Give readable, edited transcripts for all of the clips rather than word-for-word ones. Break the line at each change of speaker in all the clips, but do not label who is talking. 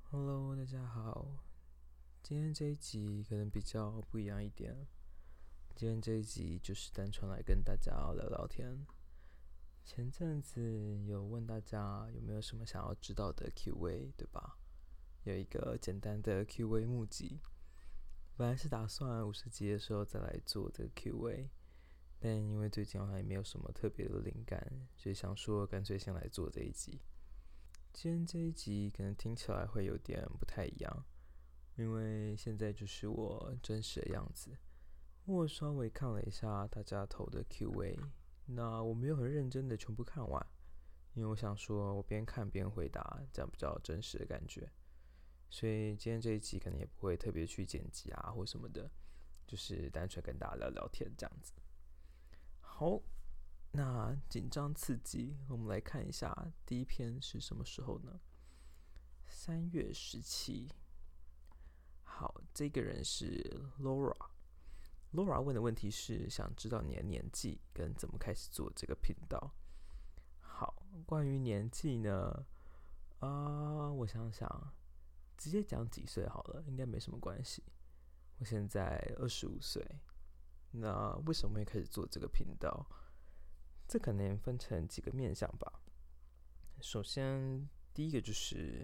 Hello，大家好。今天这一集可能比较不一样一点。今天这一集就是单纯来跟大家聊聊天。前阵子有问大家有没有什么想要知道的 Q&A， 对吧？有一个简单的 Q&A 募集。本来是打算50集的时候再来做这个 Q&A， 但因为最近好像也没有什么特别的灵感，所以想说干脆先来做这一集。今天这一集可能听起来会有点不太一样，因为现在就是我真实的样子。我稍微看了一下大家投的 Q&A， 那我没有很认真的全部看完，因为我想说我边看边回答，这样比较真实的感觉。所以今天这一集可能也不会特别去剪辑啊或什么的，就是单纯跟大家聊聊天这样子。好，那紧张刺激，我们来看一下第一篇是什么时候呢？3月17。好，这个人是 Laura。Laura 问的问题是想知道你的年纪跟怎么开始做这个频道。好，关于年纪呢，我想想，直接讲几岁好了，应该没什么关系。我现在25岁。那为什么会开始做这个频道？这可能分成几个面向吧。首先，第一个就是，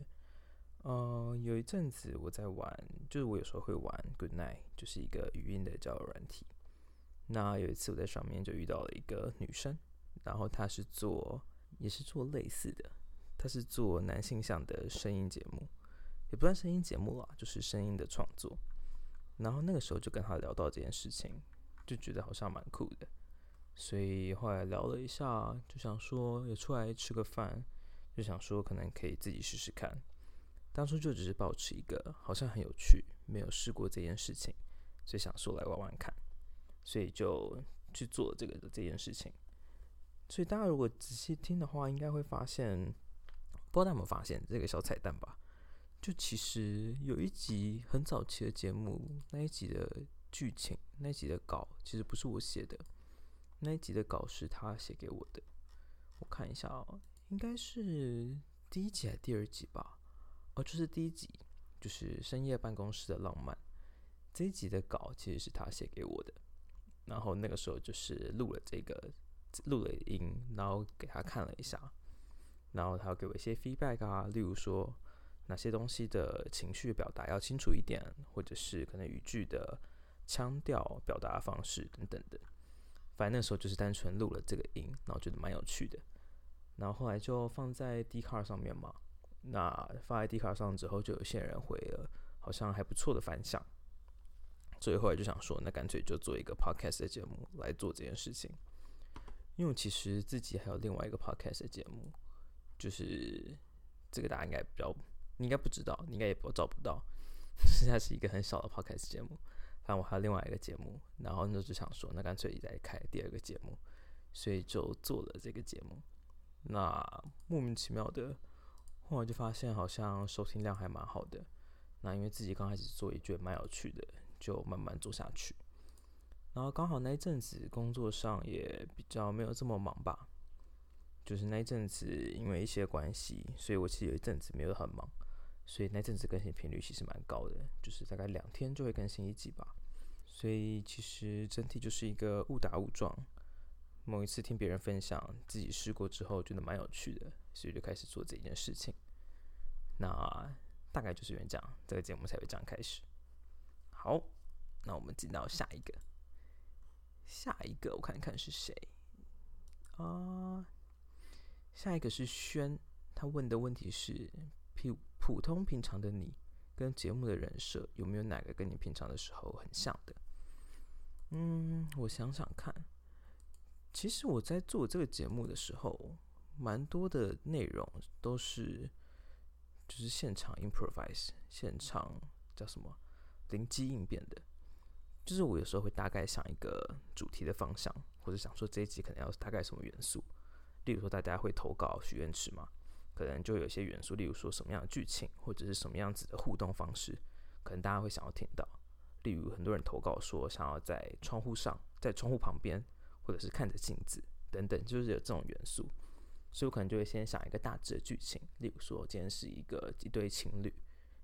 有一阵子我在玩，就是我有时候会玩 Good Night， 就是一个语音的交友软体。那有一次我在上面就遇到了一个女生，然后她也是做类似的，她是做男性向的声音节目，也不算声音节目啦，就是声音的创作。然后那个时候就跟她聊到这件事情，就觉得好像蛮酷的，所以后来聊了一下，就想说也出来吃个饭，就想说可能可以自己试试看。当初就只是抱持一个好像很有趣，没有试过这件事情，所以想说来玩玩看，所以就去做这件事情。所以大家如果仔细听的话，应该会发现，不知道大家有没有发现这个小彩蛋吧？就其实有一集很早期的节目，那一集的剧情，那一集的稿其实不是我写的，那一集的稿是他写给我的。我看一下哦，应该是第一集还是第二集吧？就是第一集，就是深夜办公室的浪漫。这一集的稿其实是他写给我的，然后那个时候就是录了音，然后给他看了一下，然后他要给我一些 feedback 啊，例如说哪些东西的情绪表达要清楚一点，或者是可能语句的腔调、表达方式等等的。反正那时候就是单纯录了这个音，然后觉得蛮有趣的。然后后来就放在 Dcard 上面嘛，那放在 Dcard 上之后，就有些人回了好像还不错的反响，所以后来就想说，那干脆就做一个 podcast 的节目来做这件事情。因为我其实自己还有另外一个 podcast 的节目，就是这个大家你应该不知道，你应该也找不到，就是它是一个很小的 podcast 节目。反正我还有另外一个节目，然后就想说，那干脆再开第二个节目，所以就做了这个节目。那莫名其妙的，后来就发现好像收听量还蛮好的。那因为自己刚开始做也觉得蛮有趣的，就慢慢做下去。然后刚好那一阵子工作上也比较没有这么忙吧，就是那一阵子因为一些关系，所以我其实有一阵子没有很忙，所以那阵子更新频率其实蛮高的，就是大概2天就会更新一集吧。所以其实整体就是一个误打误撞。某一次听别人分享，自己试过之后觉得蛮有趣的，所以就开始做这件事情。那大概就是因为这样，这个节目才会这样开始。好，那我们进到下一个。下一个我看看是谁啊？下一个是轩，他问的问题是：普通平常的你跟节目的人设有没有哪个跟你平常的时候很像的？我想想看，其实我在做这个节目的时候，蛮多的内容都是就是现场 improvise， 现场叫什么灵机应变的。就是我有时候会大概想一个主题的方向，或者想说这一集可能要大概什么元素。例如说大家会投稿许愿池嘛，可能就有一些元素，例如说什么样的剧情，或者是什么样子的互动方式，可能大家会想要听到。例如很多人投稿说想要在窗户上，在窗户旁边，或者是看着镜子等等，就是有这种元素。所以我可能就会先想一个大致的剧情，例如说今天是一对情侣，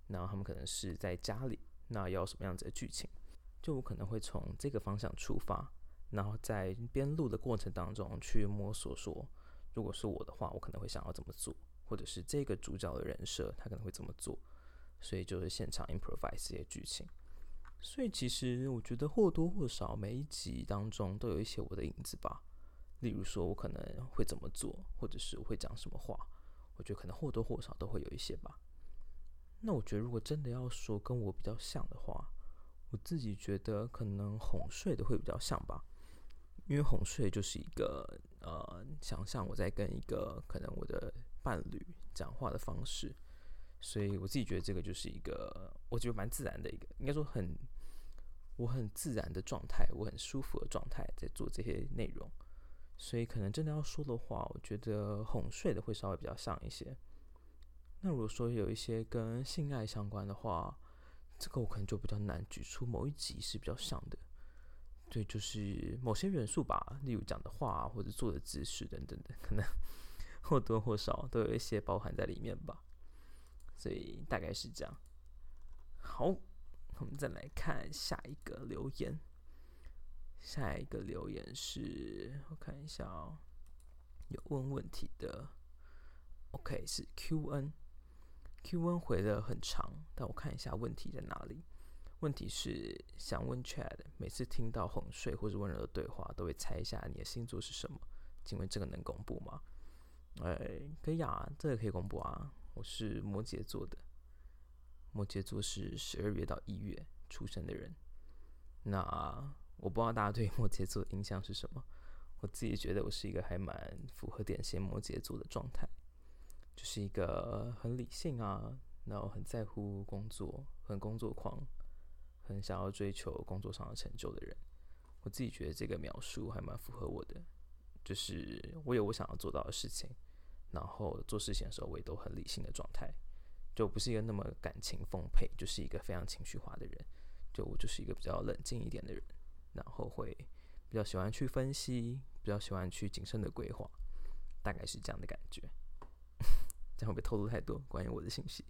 然后他们可能是在家里，那要什么样子的剧情，就我可能会从这个方向出发，然后在边录的过程当中去摸索说，如果是我的话，我可能会想要怎么做，或者是这个主角的人设他可能会怎么做，所以就是现场 improvise 这些剧情。所以其实我觉得或多或少每一集当中都有一些我的影子吧，例如说我可能会怎么做，或者是我会讲什么话，我觉得可能或多或少都会有一些吧。那我觉得如果真的要说跟我比较像的话，我自己觉得可能哄睡的会比较像吧，因为哄睡就是一个想象我在跟一个可能我的伴侣讲话的方式，所以我自己觉得这个就是一个我觉得蛮自然的一个，应该说我很自然的状态，我很舒服的状态在做这些内容，所以可能真的要说的话，我觉得哄睡的会稍微比较像一些。那如果说有一些跟性爱相关的话，这个我可能就比较难举出某一集是比较像的。对，就是某些元素吧，例如讲的话或者做的姿势等等的，可能或多或少都有一些包含在里面吧。所以大概是这样。好，我们再来看下一个留言。下一个留言是我看一下哦，有问问题的。OK， 是 QN 回的很长，但我看一下问题在哪里。问题是想问 Chad， 每次听到哄睡或是温柔的对话，都会猜一下你的星座是什么？请问这个能公布吗？可以啊，这个可以公布啊。我是摩羯座的，摩羯座是12月到1月出生的人。那我不知道大家对摩羯座的印象是什么，我自己觉得我是一个还蛮符合典型摩羯座的状态，就是一个很理性啊，然后很在乎工作，很工作狂，很想要追求工作上的成就的人。我自己觉得这个描述还蛮符合我的，就是我有我想要做到的事情，然后做事情的时候我也都很理性的状态，就不是一个那么感情丰沛，就是一个非常情绪化的人，就我就是一个比较冷静一点的人，然后会比较喜欢去分析，比较喜欢去谨慎的规划，大概是这样的感觉。这样会不会透露太多关于我的信息？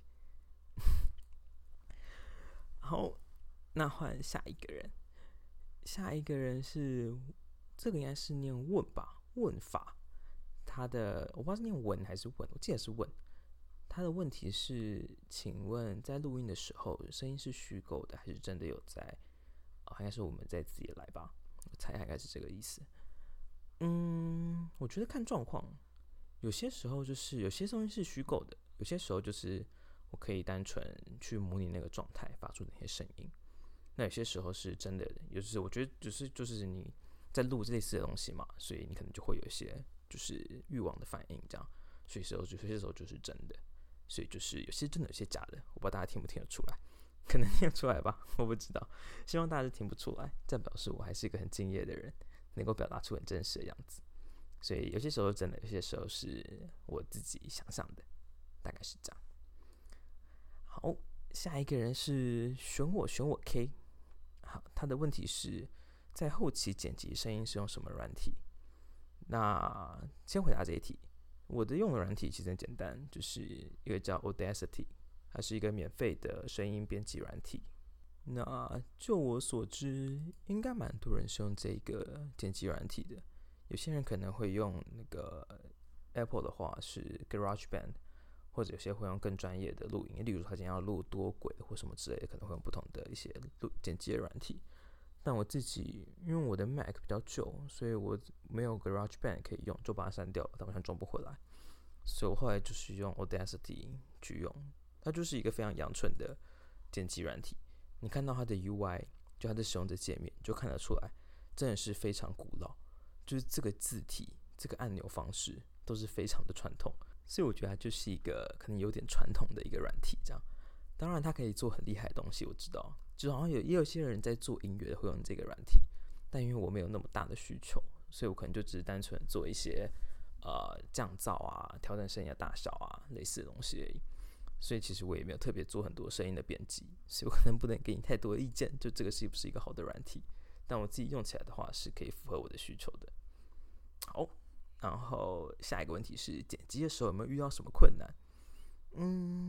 好，那换下一个人。下一个人是这个应该是念问吧，问法。他的我不知道是念文还是问，我记得是问。他的问题是，请问在录音的时候，声音是虚构的还是真的有在？应该是我们在自己来吧，我猜大概是这个意思。我觉得看状况，有些时候就是有些东西是虚构的，有些时候就是我可以单纯去模拟那个状态发出的那些声音。那有些时候是真的，就是我觉得就是你在录类似的东西嘛，所以你可能就会有一些就是欲望的反应，这样，所以有些时候就是真的，所以就是有些真的，有些假的，我不知道大家听不听得出来，可能听得出来吧，我不知道，希望大家都听不出来，这样表示我还是一个很敬业的人，能够表达出很真实的样子，所以有些时候真的，有些时候是我自己想象的，大概是这样。好，下一个人是选我 K。好，他的问题是在后期剪辑声音是用什么软体？那先回答这一题。我的用的软体其实很简单，就是一个叫 Audacity， 它是一个免费的声音编辑软体。那就我所知，应该蛮多人是用这个剪辑软体的。有些人可能会用那个 Apple 的话是 GarageBand， 或者有些会用更专业的录音，例如他今天要录多轨或什么之类的，可能会用不同的一些剪辑的软体。但我自己因为我的 Mac 比较旧，所以我没有 GarageBand 可以用，就把它删掉了，但我想装不回来，所以我后来就是用 Audacity 去用。它就是一个非常阳春的剪辑软体，你看到它的 UI， 就它的使用者界面，就看得出来，真的是非常古老，就是这个字体、这个按钮方式都是非常的传统。所以我觉得它就是一个可能有点传统的一个软体，这样。当然，它可以做很厉害的东西，我知道，就好像也有些人在做音乐会用这个软体，但因为我没有那么大的需求，所以我可能就只是单纯做一些降噪啊、调整声音的大小啊类似的东西而已。所以其实我也没有特别做很多声音的编辑，所以我可能不能给你太多的意见，就这个是不是一个好的软体？但我自己用起来的话，是可以符合我的需求的。好。然后下一个问题是剪辑的时候有没有遇到什么困难？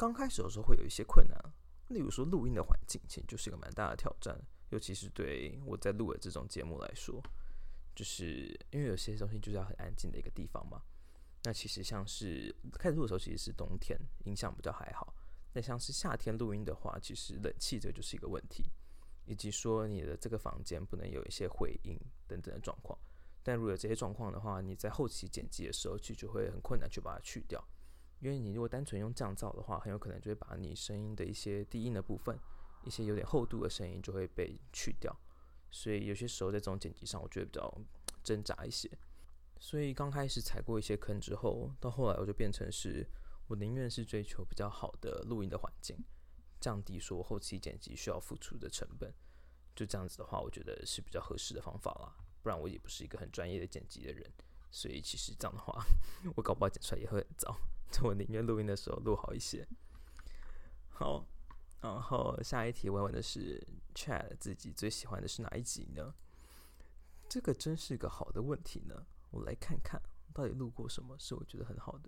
刚开始的时候会有一些困难，例如说录音的环境其实就是一个蛮大的挑战，尤其是对我在录的这种节目来说，就是因为有些东西就是要很安静的一个地方嘛。那其实像是开始录的时候其实是冬天，音响比较还好，但像是夏天录音的话，其实冷气这个就是一个问题，以及说你的这个房间不能有一些回音等等的状况。但如果有这些状况的话，你在后期剪辑的时候其实就会很困难去把它去掉，因为你如果单纯用降噪的话，很有可能就会把你声音的一些低音的部分，一些有点厚度的声音就会被去掉。所以有些时候在这种剪辑上，我觉得比较挣扎一些。所以刚开始踩过一些坑之后，到后来我就变成是我宁愿是追求比较好的录音的环境，降低说后期剪辑需要付出的成本。就这样子的话，我觉得是比较合适的方法啦。不然我也不是一个很专业的剪辑的人，所以其实这样的话，我搞不好剪出来也会很糟。我宁愿录音的时候录好一些。好，然后下一题问的是 Chad 自己最喜欢的是哪一集呢？这个真是个好的问题呢。我来看看到底录过什么是我觉得很好的。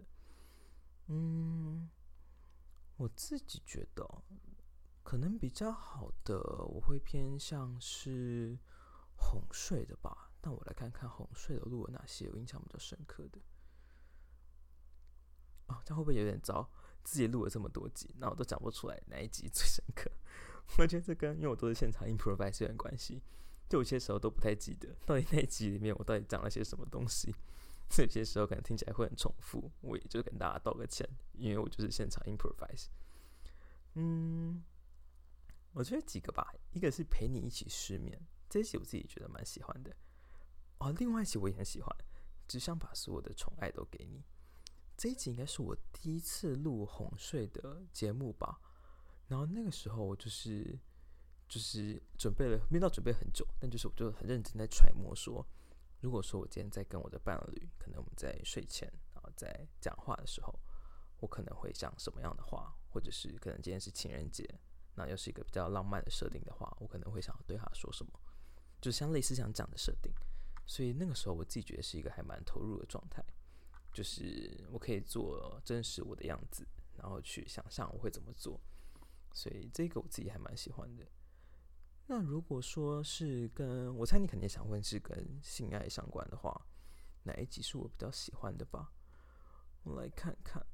我自己觉得可能比较好的，我会偏向是哄睡的吧。但我来看看哄睡的录了哪些有印象比较深刻的。这样会不会有点糟？自己录了这么多集，那我都讲不出来哪一集最深刻。我觉得这跟因为我都是现场 improvise 有点关系，就有些时候都不太记得到底那一集里面我到底讲了些什么东西，所以有些时候可能听起来会很重复。我也就跟大家道个歉，因为我就是现场 improvise。我觉得几个吧，一个是陪你一起失眠，这一集我自己觉得蛮喜欢的。另外一集我也很喜欢，只想把所有的宠爱都给你。这一集应该是我第一次录哄睡的节目吧。然后那个时候我就是准备了，没到准备很久，但就是我就很认真在揣摩说，如果说我今天在跟我的伴侣，可能我们在睡前然后在讲话的时候，我可能会讲什么样的话，或者是可能今天是情人节，那又是一个比较浪漫的设定的话，我可能会想要对他说什么，就是像类似像这样的设定。所以那个时候我自己觉得是一个还蛮投入的状态，就是我可以做真实我的样子，然后去想象我会怎么做。所以这个我自己还蛮喜欢的。那如果说是跟我猜你肯定想问是跟性爱相关的话，哪一集是我比较喜欢的吧？我来看看，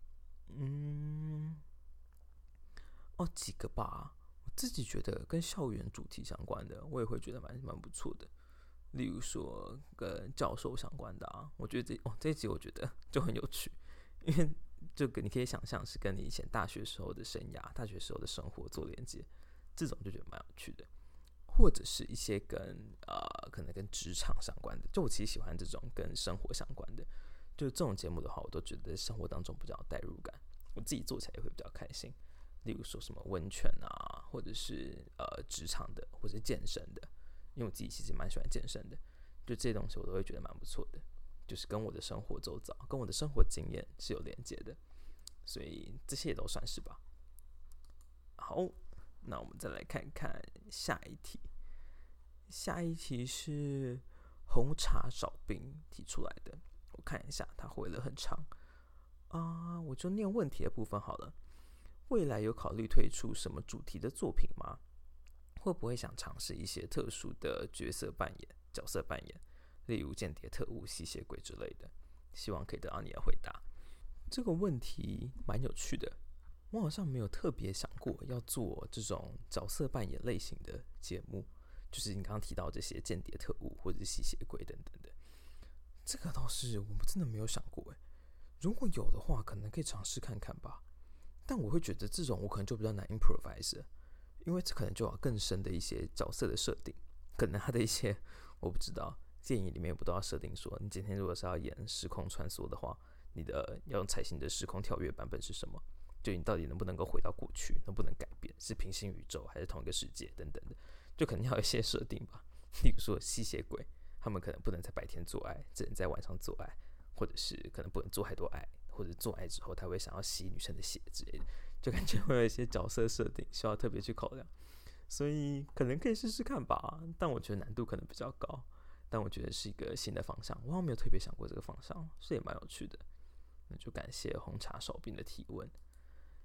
几个吧。我自己觉得跟校园主题相关的，我也会觉得蛮不错的。例如说跟教授相关的我觉得这一集我觉得就很有趣，因为就你可以想象是跟你以前大学时候的生涯、大学时候的生活做连接，这种就觉得蛮有趣的。或者是一些可能跟职场相关的，就我其实喜欢这种跟生活相关的，就这种节目的话，我都觉得生活当中比较有代入感，我自己做起来也会比较开心。例如说什么温泉或者是职场的，或者是健身的，因为我自己其实蛮喜欢健身的，就这些东西我都会觉得蛮不错的，就是跟我的生活周遭、跟我的生活经验是有连接的，所以这些也都算是吧。好，那我们再来看看下一题。下一题是红茶少冰提出来的，我看一下，他回了很长我就念问题的部分好了。未来有考虑推出什么主题的作品吗？会不会想尝试一些特殊的角色扮演，例如间谍特务、吸血鬼之类的？希望可以得到你的回答。这个问题蛮有趣的，我好像没有特别想过要做这种角色扮演类型的节目，就是你刚刚提到这些间谍特务或者是吸血鬼等等的，这个倒是我真的没有想过。如果有的话，可能可以尝试看看吧。但我会觉得这种我可能就比较难 improvise， 因为这可能就有更深的一些角色的设定，可能他的一些我不知道电影里面不都要设定说，你今天如果是要演时空穿梭的话，你的要用采行的时空跳跃版本是什么？就你到底能不能够回到过去，能不能改变，是平行宇宙还是同一个世界等等的，就可能要有一些设定吧。例如说吸血鬼，他们可能不能在白天做爱，只能在晚上做爱，或者是可能不能做太多爱，或者做爱之后他会想要吸女生的血之类的，就感觉会有一些角色设定需要特别去考量，所以可能可以试试看吧。但我觉得难度可能比较高，但我觉得是一个新的方向，我好像没有特别想过这个方向，所以也蛮有趣的。那就感谢红茶少冰的提问。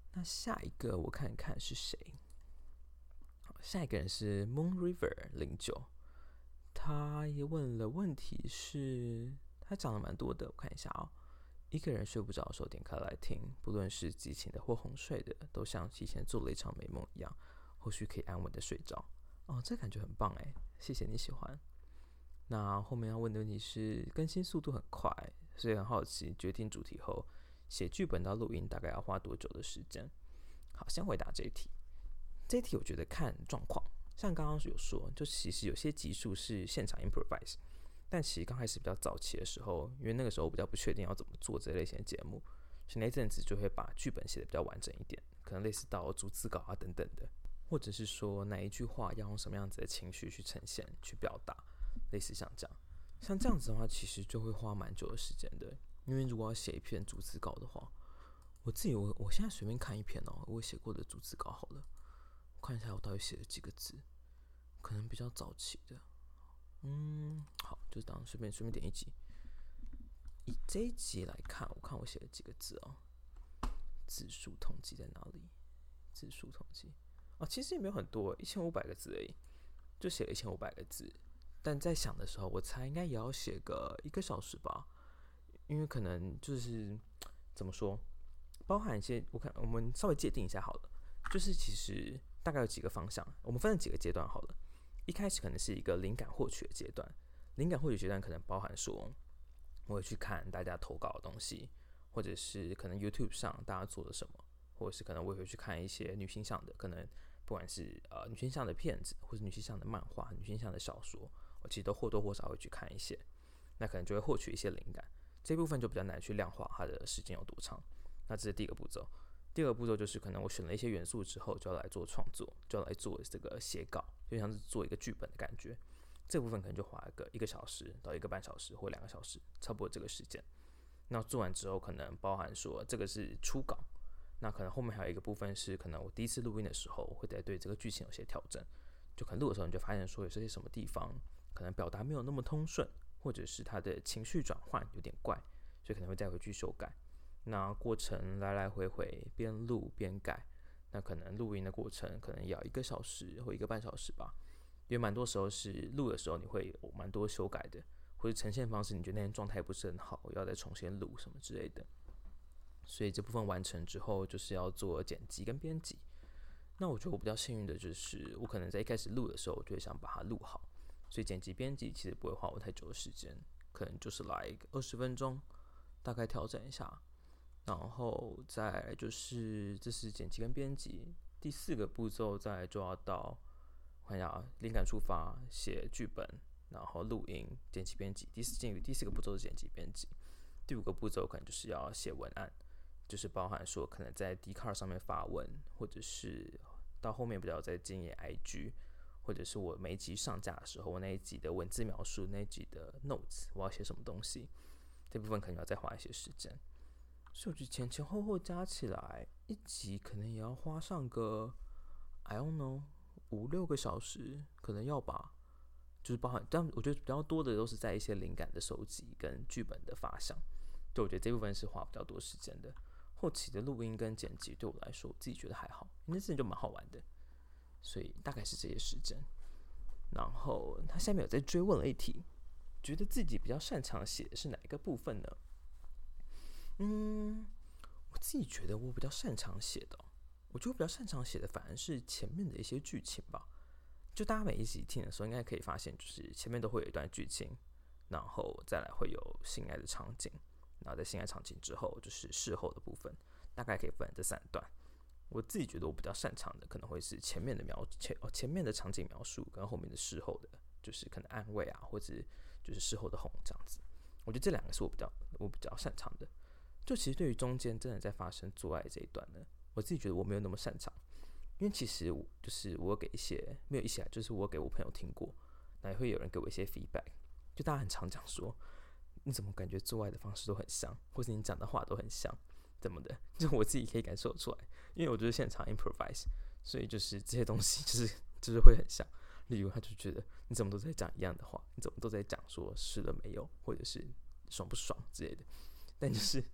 那下一个我看看是谁。下一个人是 Moon River 09，他也问了问题是，他讲了蛮多的，我看一下哦。一个人睡不着的时候点开来听，不论是激情的或哄睡的，都像提前做了一场美梦一样，后续可以安稳的睡着。哦，这感觉很棒哎，谢谢你喜欢。那后面要问的问题是，更新速度很快，所以很好奇，决定主题后写剧本到录音大概要花多久的时间？好，先回答这一题。这一题我觉得看状况，像刚刚有说，就其实有些集数是现场 improvise， 但其实刚开始比较早期的时候，因为那个时候我比较不确定要怎么做这类型的节目，所以那阵子就会把剧本写得比较完整一点，可能类似到逐字稿啊等等的，或者是说哪一句话要用什么样子的情绪去呈现、去表达，类似像这样。像这样子的话，其实就会花蛮久的时间的，因为如果要写一篇逐字稿的话，我现在随便看一篇哦，我写过的逐字稿好了。我看一下我到底写了几个字，可能比较早期的，好，就当随便点一集。以这一集来看，我看我写了几个字哦。字数统计在哪里？字数统计啊，其实也没有很多，1500个字而已，就写了1500个字。但在想的时候，我猜应该也要写个1个小时吧，因为可能就是怎么说，包含一些，我们稍微界定一下好了，就是其实大概有几个方向，我们分成几个阶段好了。一开始可能是一个灵感获取的阶段，灵感获取阶段可能包含说，我会去看大家投稿的东西，或者是可能 YouTube 上大家做了什么，或者是可能我也会去看一些女性向的，可能不管是女性向的片子，或者女性向的漫画、女性向的小说，我其实都或多或少会去看一些，那可能就会获取一些灵感。这部分就比较难去量化它的时间有多长。那这是第一个步骤。第二个步骤就是可能我选了一些元素之后，就要来做创作，就要来做这个写稿，就像是做一个剧本的感觉。这部分可能就花1个小时到1个半小时或2个小时，差不多这个时间。那做完之后，可能包含说这个是初稿，那可能后面还有一个部分是可能我第一次录音的时候，会再对这个剧情有些调整。就可能录的时候你就发现说有些什么地方可能表达没有那么通顺，或者是他的情绪转换有点怪，所以可能会再回去修改。那过程来来回回，边录边改，那可能录音的过程可能要1个小时或1个半小时吧，因为蛮多时候是录的时候你会有蛮多修改的，或者呈现方式你觉得那天状态不是很好，要再重新录什么之类的。所以这部分完成之后，就是要做剪辑跟编辑。那我觉得我比较幸运的就是，我可能在一开始录的时候，我就会想把它录好，所以剪辑编辑其实不会花我太久的时间，可能就是来20分钟，大概调整一下。然后再来就是这是剪辑跟编辑，第4个步骤再来就要到我看一下灵感触发、写剧本，然后录音、剪辑编辑。第4个步骤是剪辑编辑，第5个步骤可能就是要写文案，就是包含说可能在 Dcard 上面发文，或者是到后面比较在经营 IG， 或者是我每一集上架的时候，我那一集的文字描述、那一集的 notes 我要写什么东西，这部分可能要再花一些时间。所以我觉得前后加起来一集可能也要花上个 I don't know 5-6个小时，可能要吧。就是包含，但我觉得比较多的都是在一些灵感的收集跟剧本的发想，就我觉得这部分是花比较多时间的。后期的录音跟剪辑对我来说，我自己觉得还好，因为那事情就蛮好玩的，所以大概是这些时间。然后他下面有在追问了一题，觉得自己比较擅长写的是哪一个部分呢？我自己觉得我比较擅长写的，我觉得我比较擅长写的反而是前面的一些剧情吧。就大家每一集听的时候，应该可以发现，就是前面都会有一段剧情，然后再来会有性爱的场景，然后在性爱场景之后就是事后的部分，大概可以分这3段。我自己觉得我比较擅长的可能会是前面的场景描述跟后面的事后的，就是可能安慰啊，或者就是事后的哄这样子。我觉得这2个是我比较擅长的。就其实对于中间真的在发生做爱这一段呢，我自己觉得我没有那么擅长，因为其实就是我给一些没有一些，就是我给我朋友听过，那也会有人给我一些 feedback， 就大家很常讲说，你怎么感觉做爱的方式都很像，或者你讲的话都很像，怎么的？就我自己可以感受出来，因为我就是现场 improvise， 所以就是这些东西就是会很像。例如他就觉得你怎么都在讲一样的话，你怎么都在讲说湿了没有，或者是爽不爽之类的，但就是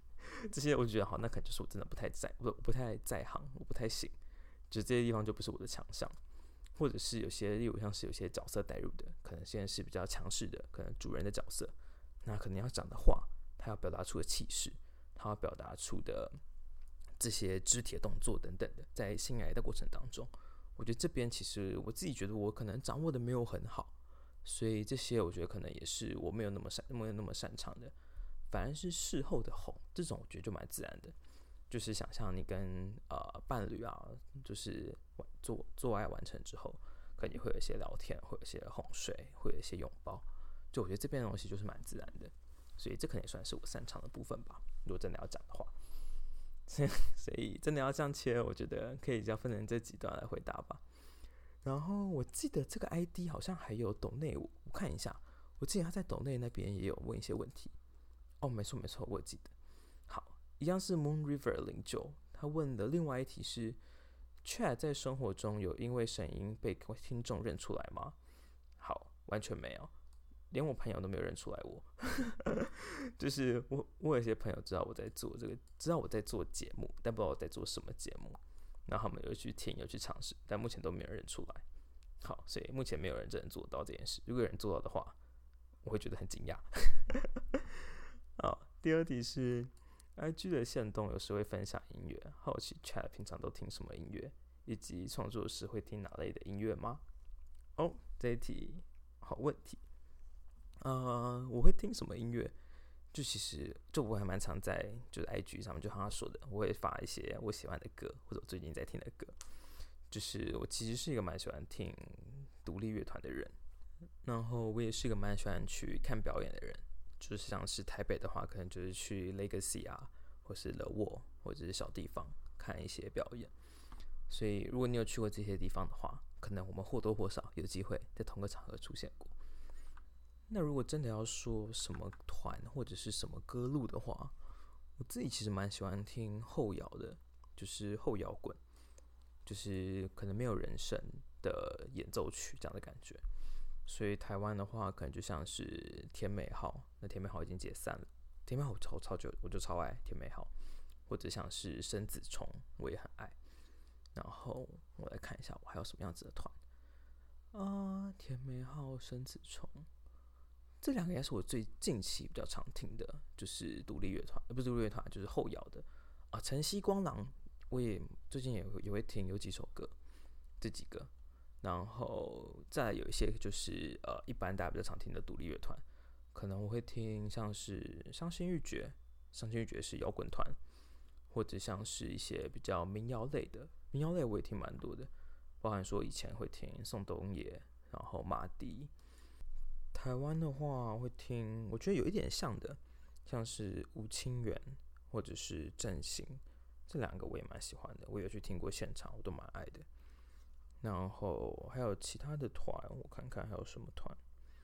这些我就觉得好，那可能就是我真的不太在行，我不太行，就这些地方就不是我的强项。或者是有些，例如像是有些角色代入的，可能现在是比较强势的，可能主人的角色，那可能要讲的话，他要表达出的气势，他要表达出的这些肢体的动作等等的，在新来的过程当中，我觉得这边其实我自己觉得我可能掌握的没有很好，所以这些我觉得可能也是我没有那么擅长的。反而是事后的哄，这种我觉得就蛮自然的。就是想象你跟伴侣啊，就是做爱完成之后，可能会有一些聊天，会有一些哄睡，会有一些拥抱。就我觉得这边的东西就是蛮自然的，所以这可能也算是我擅长的部分吧。如果真的要讲的话，所以真的要这样切，我觉得可以这样分成这几段来回答吧。然后我记得这个 ID 好像还有抖内我看一下，我记得他在抖内那边也有问一些问题。哦，没错，我记得。好，一样是 Moon River 09，他问的另外一题是 Chad 在生活中有因为声音被听众认出来吗？好，完全没有，连我朋友都没有认出来我。就是我有些朋友知道我在做这个，知道我在做节目，但不知道我在做什么节目，然后他们有去听，有去尝试，但目前都没有认出来。好，所以目前没有人真的做到这件事。如果有人做到的话，我会觉得很惊讶。好，第二题是 IG 的限动有时会分享音乐，好奇 Chat 平常都听什么音乐，以及创作时会听哪类的音乐吗？哦，这一题好问题。我会听什么音乐？就其实就我还蛮常在就是 IG 上面，就像他说的，我会发一些我喜欢的歌，或者我最近在听的歌。就是我其实是一个蛮喜欢听独立乐团的人，然后我也是一个蛮喜欢去看表演的人。就是像是台北的话，可能就是去 Legacy 啊，或是 The Wall， 或者是小地方看一些表演。所以如果你有去过这些地方的话，可能我们或多或少有机会在同个场合出现过。那如果真的要说什么团或者是什么歌路的话，我自己其实蛮喜欢听后摇的，就是后摇滚，就是可能没有人声的演奏曲这样的感觉。所以台湾的话，可能就像是甜美号，那甜美号已经解散了。甜美号我超久，我就超爱甜美号，或者像是生子虫，我也很爱。然后我来看一下，我还有什么样子的团甜美号、生子虫，这两个应该是我最近期比较常听的，就是独立乐团，不是独立乐团，就是后摇的晨曦光廊，我也最近也会听，有几首歌，这几个。然后再来有一些就是一般大家比较常听的独立乐团，可能我会听像是伤心欲绝，伤心欲绝是摇滚团，或者像是一些比较民谣类的，民谣类我也听蛮多的，包含说以前会听宋冬野，然后马迪。台湾的话会听，我觉得有一点像的，像是吴清源或者是郑兴，这两个我也蛮喜欢的，我有去听过现场，我都蛮爱的。然后还有其他的团，我看看还有什么团。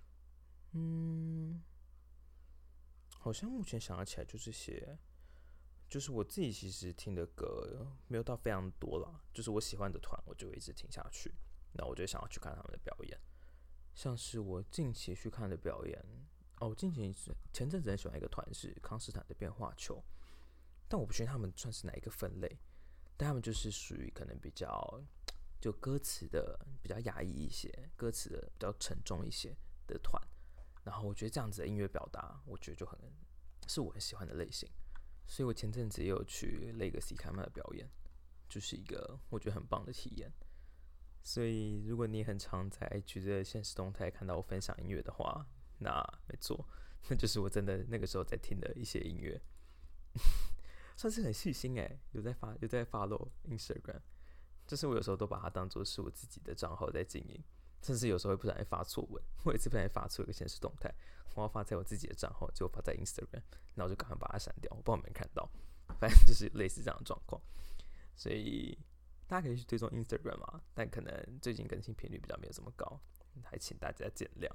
好像目前想得起来就这些。就是我自己其实听的歌没有到非常多啦，就是我喜欢的团，我就会一直听下去。那我就想要去看他们的表演，像是我近期去看的表演。我前阵子很喜欢一个团是康斯坦的变化球，但我不确定他们算是哪一个分类，但他们就是属于可能比较。就歌词的比较压抑一些，歌词的比较沉重一些的团，然后我觉得这样子的音乐表达，我觉得是我很喜欢的类型，所以我前阵子也有去 Legacy 看他们的表演，就是一个我觉得很棒的体验。所以如果你很常在 IG 的现实动态看到我分享音乐的话，那没错，那就是我真的那个时候在听的一些音乐，算是很细心有在follow Instagram。就是我有时候都把它当作是我自己的账号在经营，甚至有时候会不小心发错文。我有一次不小心发出一个现实动态，我要发在我自己的账号，结果发在 Instagram， 然后我就赶快把它删掉，我不知道有没有看到，反正就是类似这样的状况。所以大家可以去追踪 Instagram 嘛，但可能最近更新频率比较没有这么高，还请大家见谅。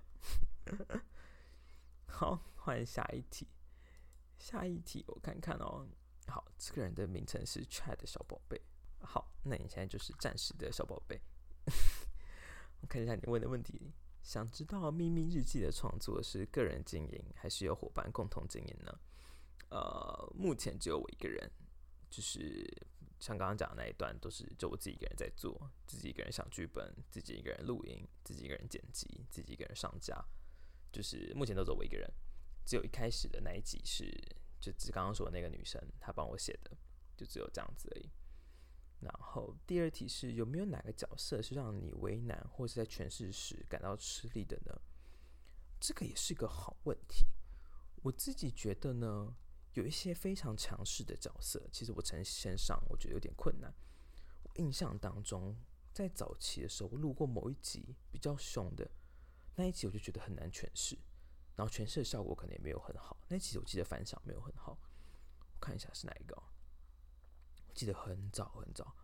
好，换下一题。下一题我看看哦。好，这个人的名称是 Chad 的小宝贝。好，那你现在就是暂时的小宝贝。我看一下你问的问题，想知道秘密日记的创作是个人经营还是有伙伴共同经营呢？ 目前只有我一个人，就是像刚刚讲的那一段，都是就我自己一个人在做，自己一个人想剧本，自己一个人录音，自己一个人剪辑，自己一个人上架，就是目前都只有我一个人。只有一开始的那一集是，就只刚刚说的那个女生她帮我写的，就只有这样子而已。然后第二题是有没有哪个角色是让你为难或是在诠释时感到吃力的呢？这个也是个好问题。我自己觉得呢，有一些非常强势的角色，其实我呈现上我觉得有点困难。我印象当中，在早期的时候，我录过某一集比较凶的那一集，我就觉得很难诠释，然后诠释的效果可能也没有很好。那一集我记得反响没有很好，我看一下是哪一个我记得很早很早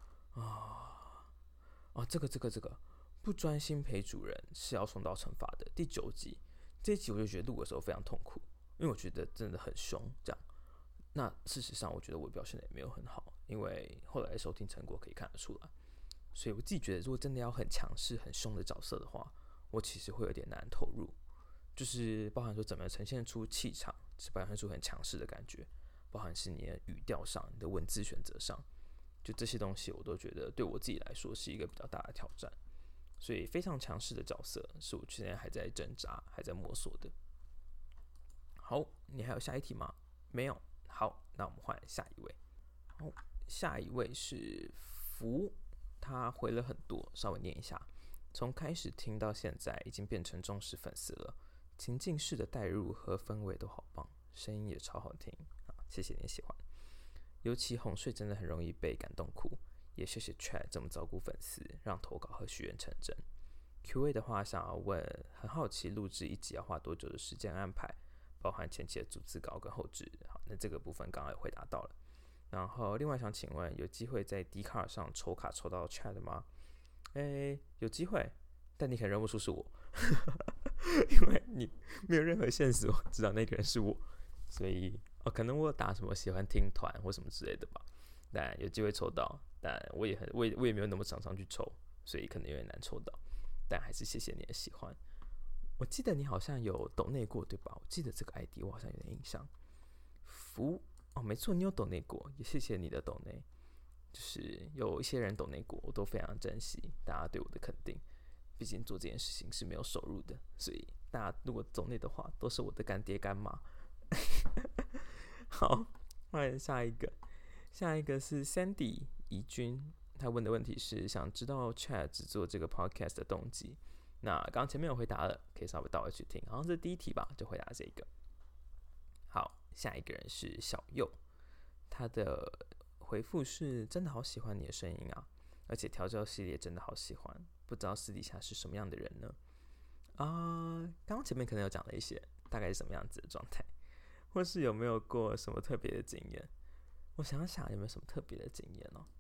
这个不专心陪主人是要受到惩罚的第9集。这一集我就觉得录的时候非常痛苦，因为我觉得真的很凶，这样。那事实上，我觉得我表现的也没有很好，因为后来收听成果可以看得出来。所以我自己觉得，如果真的要很强势、很凶的角色的话，我其实会有点难投入。就是包含说怎么呈现出气场，表现出很强势的感觉，包含是你的语调上、你的文字选择上，就这些东西，我都觉得对我自己来说是一个比较大的挑战。所以非常强势的角色是我现在还在挣扎、还在摸索的。好，你还有下一题吗？没有。好，那我们换下一位。好，下一位是福，他回了很多，稍微念一下。从开始听到现在，已经变成忠实粉丝了。情境式的带入和氛围都好棒，声音也超好听。谢谢你喜欢。尤其哄睡真的很容易被感动哭。也谢谢 Chat 这么照顾粉丝，让投稿和许愿成真。Q&A 的话，想要问，很好奇录制一集要花多久的时间安排，包含前期的逐字稿跟后制。好，那这个部分刚刚有回答到了。然后另外想请问，有机会在 Dcard 上抽卡抽到 Chat 吗？有机会，但你可能认不出是我，因为你没有任何线索知道那个人是我，所以可能我有打什么喜欢听团或什么之类的吧。但有机会抽到，但我也没有那么常常去抽，所以可能有点难抽到。但还是谢谢你的喜欢。我记得你好像有抖内过，对吧？我记得这个 ID 我好像有点印象。没错，你有抖内过，也谢谢你的抖内。就是有一些人抖内过，我都非常珍惜大家对我的肯定。毕竟做这件事情是没有收入的，所以大家如果抖内的话，都是我的干爹干妈。好，换下一个。下一个是 Sandy 怡君，他问的问题是想知道 Chat 制作这个 podcast 的动机。那刚刚前面有回答了，可以稍微倒回去听，好像是第一题吧，就回答这个。好，下一个人是小右，他的回复是真的好喜欢你的声音啊，而且调教系列真的好喜欢，不知道私底下是什么样的人呢？刚刚前面可能有讲了一些，大概是什么样子的状态，或是有没有过什么特别的经验？我想想有没有什么特别的经验哦？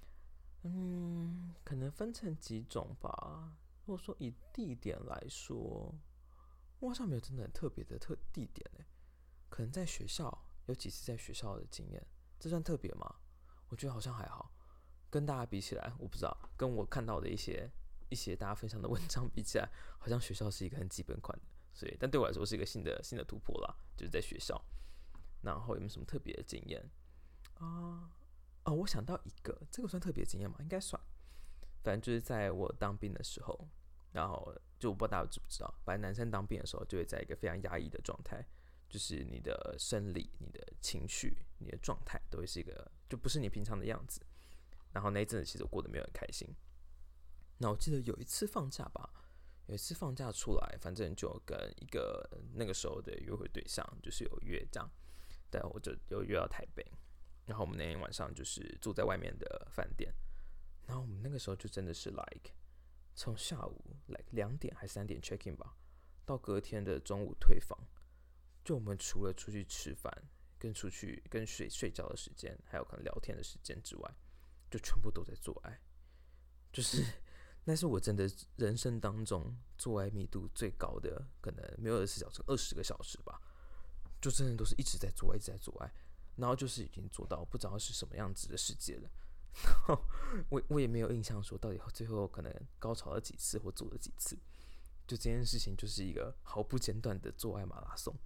可能分成几种吧。如果说以地点来说，我好像没有真的很特别的地点欸。可能在学校有几次在学校的经验，这算特别吗？我觉得好像还好。跟大家比起来，我不知道，跟我看到的一些大家分享的文章比起来，好像学校是一个很基本款的，所以但对我来说是一个新的突破啦，就是在学校。然后有没有什么特别的经验？我想到一个，这个算特别经验吗？应该算。反正就是在我当兵的时候，然后就我不知道大家知不知道，反正男生当兵的时候就会在一个非常压抑的状态，就是你的生理、你的情绪、你的状态都会是一个就不是你平常的样子。然后那一阵子其实我过得没有很开心。那我记得有一次放假吧，出来，反正就跟一个那个时候的约会对象就是有约这样，但我就有约到台北。然后我们那天晚上就是住在外面的饭店，然后我们那个时候就真的是从下午2点还3点 check in 吧，到隔天的中午退房。就我们除了出去吃饭、跟睡觉的时间，还有可能聊天的时间之外，就全部都在做爱。就是那是我真的人生当中做爱密度最高的，可能没有24小时，20个小时吧。就真的都是一直在做爱，一直在做爱。然后就是已经做到不知道是什么样子的世界了，然后我也没有印象说到底最后可能高潮了几次或做了几次，就这件事情就是一个毫不间断的做爱马拉松，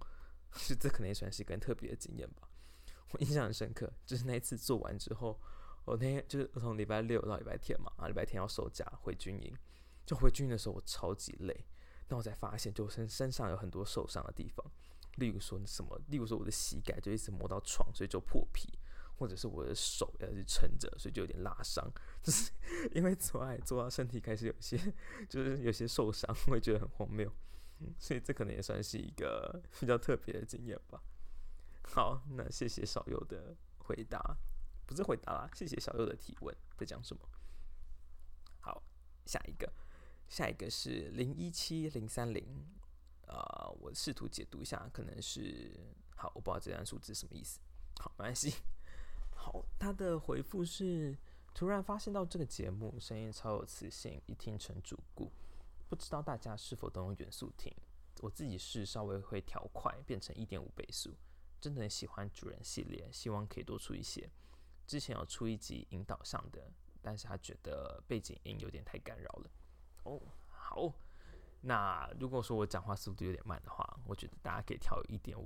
是这可能也算是一个很特别的经验吧。我印象很深刻，就是那一次做完之后，我那天就是从礼拜六到礼拜天嘛，礼拜天要收假回军营，就回军营的时候我超级累，那我才发现就身上有很多受伤的地方，例如说我的膝盖就一直磨到床，所以就破皮，或者是我的手要是撑着，所以就有点拉伤，就是因为做爱做到身体开始有些受伤，我会觉得很荒谬，所以这可能也算是一个比较特别的经验吧。好，那谢谢小右的回答，不是回答啦，谢谢小右的提问，在讲什么？好，下一个是017030，我试图解读一下，可能是好，我不知道这段数字什么意思。好，没关系。好，他的回复是：突然发现到这个节目声音超有磁性，一听成主顾，不知道大家是否都用元素听？我自己是稍微会调快，变成1.5倍速。真的很喜欢主人系列，希望可以多出一些。之前有出一集引导上的，但是他觉得背景音有点太干扰了。哦，好，那如果说我讲话速度有点慢的话，我觉得大家可以调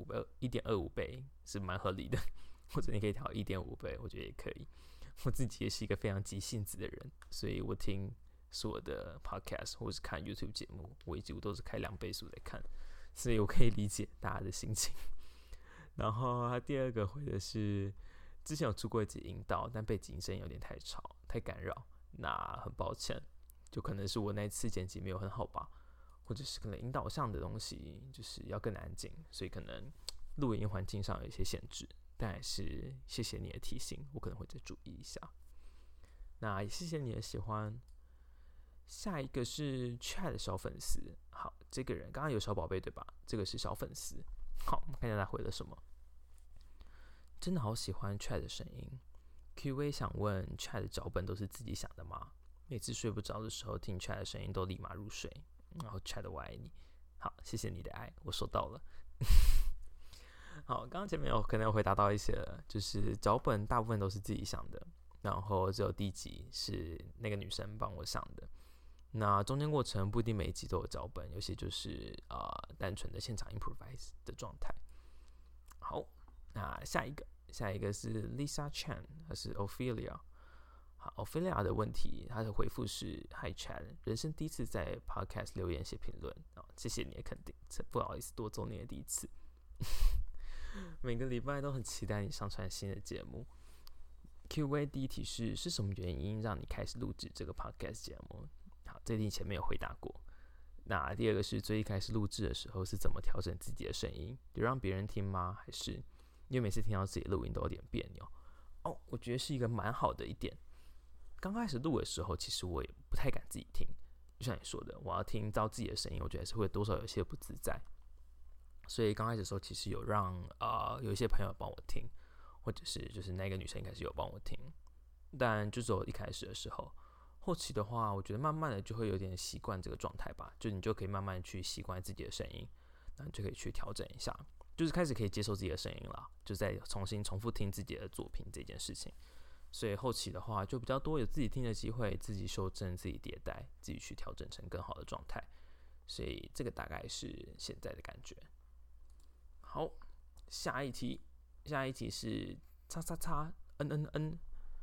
1.25倍是蛮合理的，或者你可以调1.5倍，我觉得也可以。我自己也是一个非常急性子的人，所以我听所有的 podcast 或是看 YouTube 节目，我几乎都是开2倍速在看，所以我可以理解大家的心情。然后他第二个回的是，之前有出过一集引导，但背景声音有点太吵、太干扰，那很抱歉，就可能是我那次剪辑没有很好吧，或者是可能引导上的东西就是要更安静，所以可能录音环境上有一些限制，但还是谢谢你的提醒，我可能会再注意一下。那也谢谢你的喜欢。下一个是 Chat 小粉丝，好，这个人刚刚有小宝贝对吧？这个是小粉丝。好，我们看一下他回了什么。真的好喜欢 Chat 的声音。QA 想问 Chat 的脚本都是自己想的吗？每次睡不着的时候听 Chat 的声音都立马入睡。然后 Chat 我爱你。好，谢谢你的爱，我收到了。好，刚刚前面可能有回答到一些了，就是脚本大部分都是自己想的，然后只有第一集是那个女生帮我想的。那中间过程不一定每一集都有脚本，有些就是单纯的现场 improvise 的状态。好，那下一个是 Lisa Chan 还是 Ophelia？ 好 ，Ophelia 的问题，她的回复是 Hi Chan， 人生第一次在 podcast 留言写评论，谢谢你的肯定，不好意思多走你的第一次。每个礼拜都很期待你上传新的节目。Q&A 第一题是什么原因让你开始录制这个 podcast 节目？好，这题前面有回答过。那第二个是最一开始录制的时候是怎么调整自己的声音？有让别人听吗？还是因为每次听到自己录音都有点别扭？哦，我觉得是一个蛮好的一点。刚开始录的时候，其实我也不太敢自己听，就像你说的，我要听到自己的声音，我觉得还是会多少有些不自在。所以刚开始的时候，其实有让有一些朋友帮我听，或者是就是那个女生应该是有帮我听，但就只有一开始的时候。后期的话，我觉得慢慢的就会有点习惯这个状态吧，就你就可以慢慢去习惯自己的声音，那你就可以去调整一下，就是开始可以接受自己的声音了，就再重新重复听自己的作品这件事情。所以后期的话就比较多有自己听的机会，自己修正、自己迭代、自己去调整成更好的状态。所以这个大概是现在的感觉。好，下一题是叉叉叉 NNN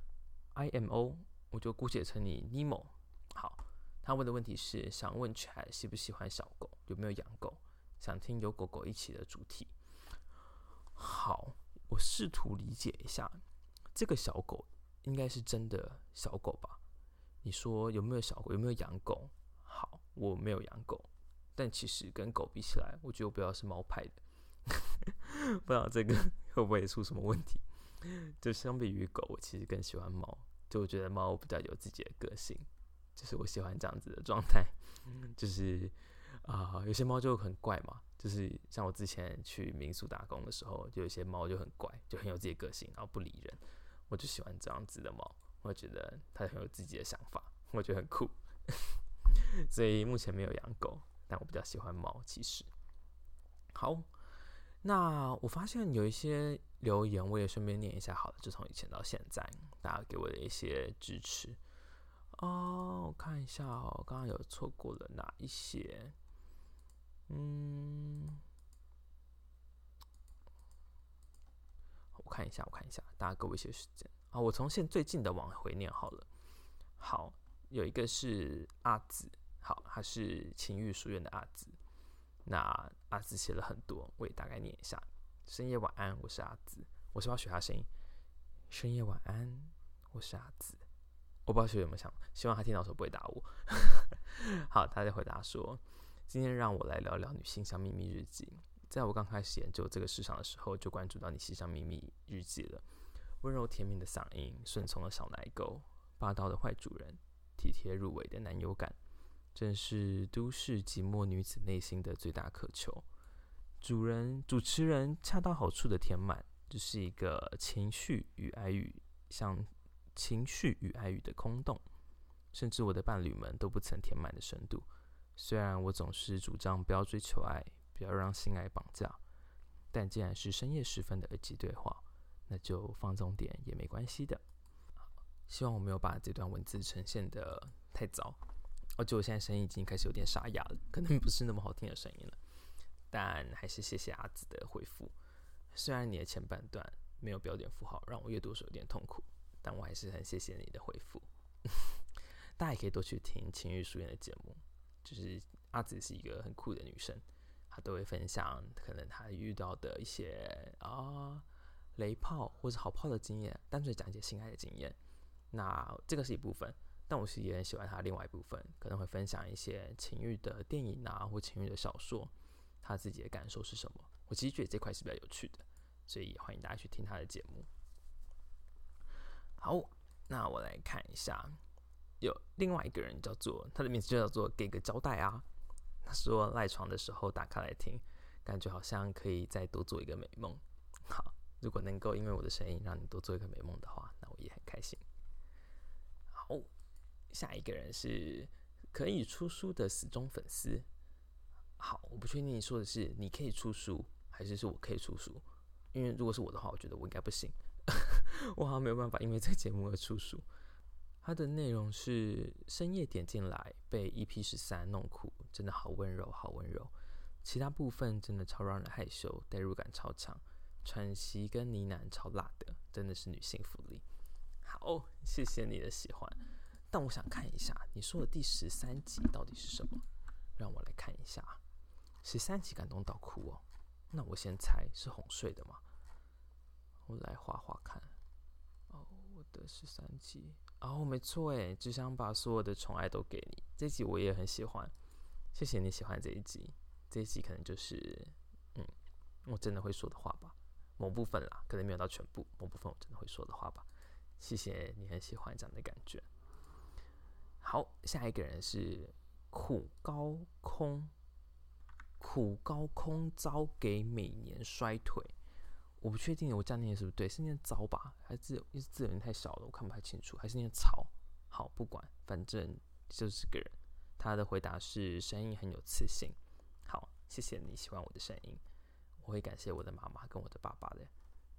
IMO。我就姑且称你 Nemo。好，他问的问题是想问 Chat 喜不喜欢小狗，有没有养狗，想听有狗狗一起的主题。好，我试图理解一下，这个小狗应该是真的小狗吧？你说有没有小狗，有没有养狗？好，我没有养狗，但其实跟狗比起来，我觉得我比较是猫派的。不知道这个会不会出什么问题？就相比于狗，我其实更喜欢猫。就我觉得猫比较有自己的个性，就是我喜欢这样子的状态，就是有些猫就很怪嘛，就是像我之前去民宿打工的时候，就有些猫就很怪，就很有自己的个性，然后不理人，我就喜欢这样子的猫，我觉得它很有自己的想法，我觉得很酷，所以目前没有养狗，但我比较喜欢猫。其实，好。那我发现有一些留言，我也顺便念一下好了，就从以前到现在，大家给我的一些支持。我看一下哦，刚刚有错过了哪一些？ 我看一下，大家给我一些时间啊。我从最近的往回念好了。好，有一个是阿紫，好，他是情欲书院的阿紫。那阿紫写了很多，我也大概念一下。深夜晚安，我是阿紫。我是不是要学他声音？深夜晚安，我是阿紫。我不知道学有没有想，希望他听到的时候不会打我。好，他在回答说：“今天让我来聊聊女性向秘密日记。在我刚开始研究这个市场的时候，就关注到你系上秘密日记了。温柔甜蜜的嗓音，顺从的小奶狗，霸道的坏主人，体贴入微的男友感，正是都市寂寞女子内心的最大渴求。主持人恰到好处的填满，这是一个情绪与爱语的空洞，甚至我的伴侣们都不曾填满的深度。虽然我总是主张不要追求爱，不要让性爱绑架，但既然是深夜时分的耳机对话，那就放纵点也没关系的。希望我没有把这段文字呈现的太糟，就我现在声音已经开始有点沙哑了，可能不是那么好听的声音了。但还是谢谢阿紫的回复。虽然你的前半段没有标点符号，让我阅读时有点痛苦，但我还是很谢谢你的回复。大家也可以多去听情欲书院的节目，就是阿紫是一个很酷的女生，她都会分享可能她遇到的一些雷炮或者好炮的经验，单纯讲一些性爱的经验。那这个是一部分，但我是也很喜欢她另外一部分，可能会分享一些情欲的电影或情欲的小说，她自己的感受是什么。我其实觉得这块是比较有趣的，所以也欢迎大家去听她的节目。好，那我来看一下，有另外一个人他的名字就叫做给个交代啊。他说赖床的时候打开来听，感觉好像可以再多做一个美梦。好，如果能够因为我的声音让你多做一个美梦的话，那我也很开心。好，下一个人是可以出书的死忠粉丝。好，我不确定你说的是你可以出书，还是我可以出书？因为如果是我的话，我觉得我应该不行。我好像没有办法因为这个节目而出书。它的内容是深夜点进来被 EP13 弄哭，真的好温柔，好温柔。其他部分真的超让人害羞，代入感超强，喘息跟呢喃超辣的，真的是女性福利。好，谢谢你的喜欢。但我想看一下你说的第13集到底是什么，让我来看一下。13集感动到哭哦，那我先猜是哄睡的吗？我来画画看。我的13集没错耶，只想把所有的宠爱都给你。这集我也很喜欢，谢谢你喜欢这一集。这一集可能就是我真的会说的话吧，某部分啦，可能没有到全部，某部分我真的会说的话吧。谢谢你很喜欢这样的感觉。好，下一个人是苦高空遭给每年衰退。我不确定我这样念是不是对，是念糟吧，还是字有点太小了，我看不太清楚，还是念草。好，不管，反正就是个人。他的回答是声音很有磁性。好，谢谢你喜欢我的声音，我会感谢我的妈妈跟我的爸爸的。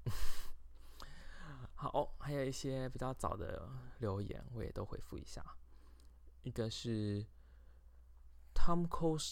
好，还有一些比较早的留言，我也都回复一下。一个是 Tom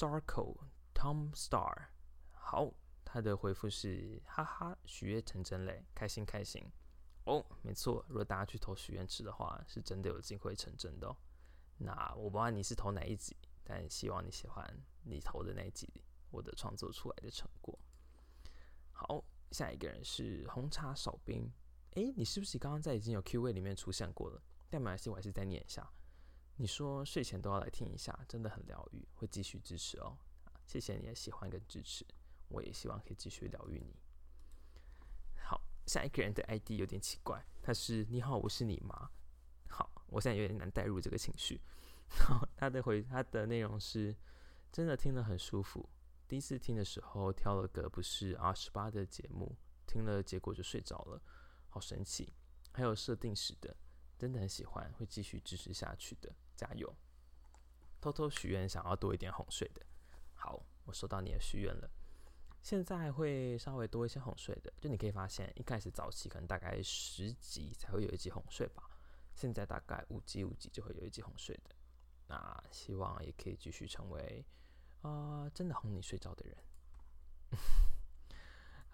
Star， 好。他的回复是哈哈，许愿成真嘞，开心开心。没错，如果大家去投许愿池的话，是真的有机会成真的哦。那我不知道你是投哪一集，但希望你喜欢你投的那一集我的创作出来的成果。好，下一个人是红茶少冰。你是不是刚刚在已经有 Q&A 里面出现过了？但没关系，我还是再念一下。你说睡前都要来听一下，真的很疗愈，会继续支持哦。谢谢你的喜欢跟支持。我也希望可以继续疗愈你。好，下一个人的 ID 有点奇怪，他是你好，我是你妈。好，我现在有点难带入这个情绪。好，他的内容是真的听了很舒服。第一次听的时候挑了个不是 R18 的节目，听了结果就睡着了，好神奇。还有设定时的，真的很喜欢，会继续支持下去的，加油。偷偷许愿想要多一点哄睡的。好，我收到你的许愿了。现在会稍微多一些哄睡的，就你可以发现一开始早期可能大概10集才会有一集哄睡吧，现在大概5集就会有一集哄睡的。那希望也可以继续成为真的哄你睡着的人。好，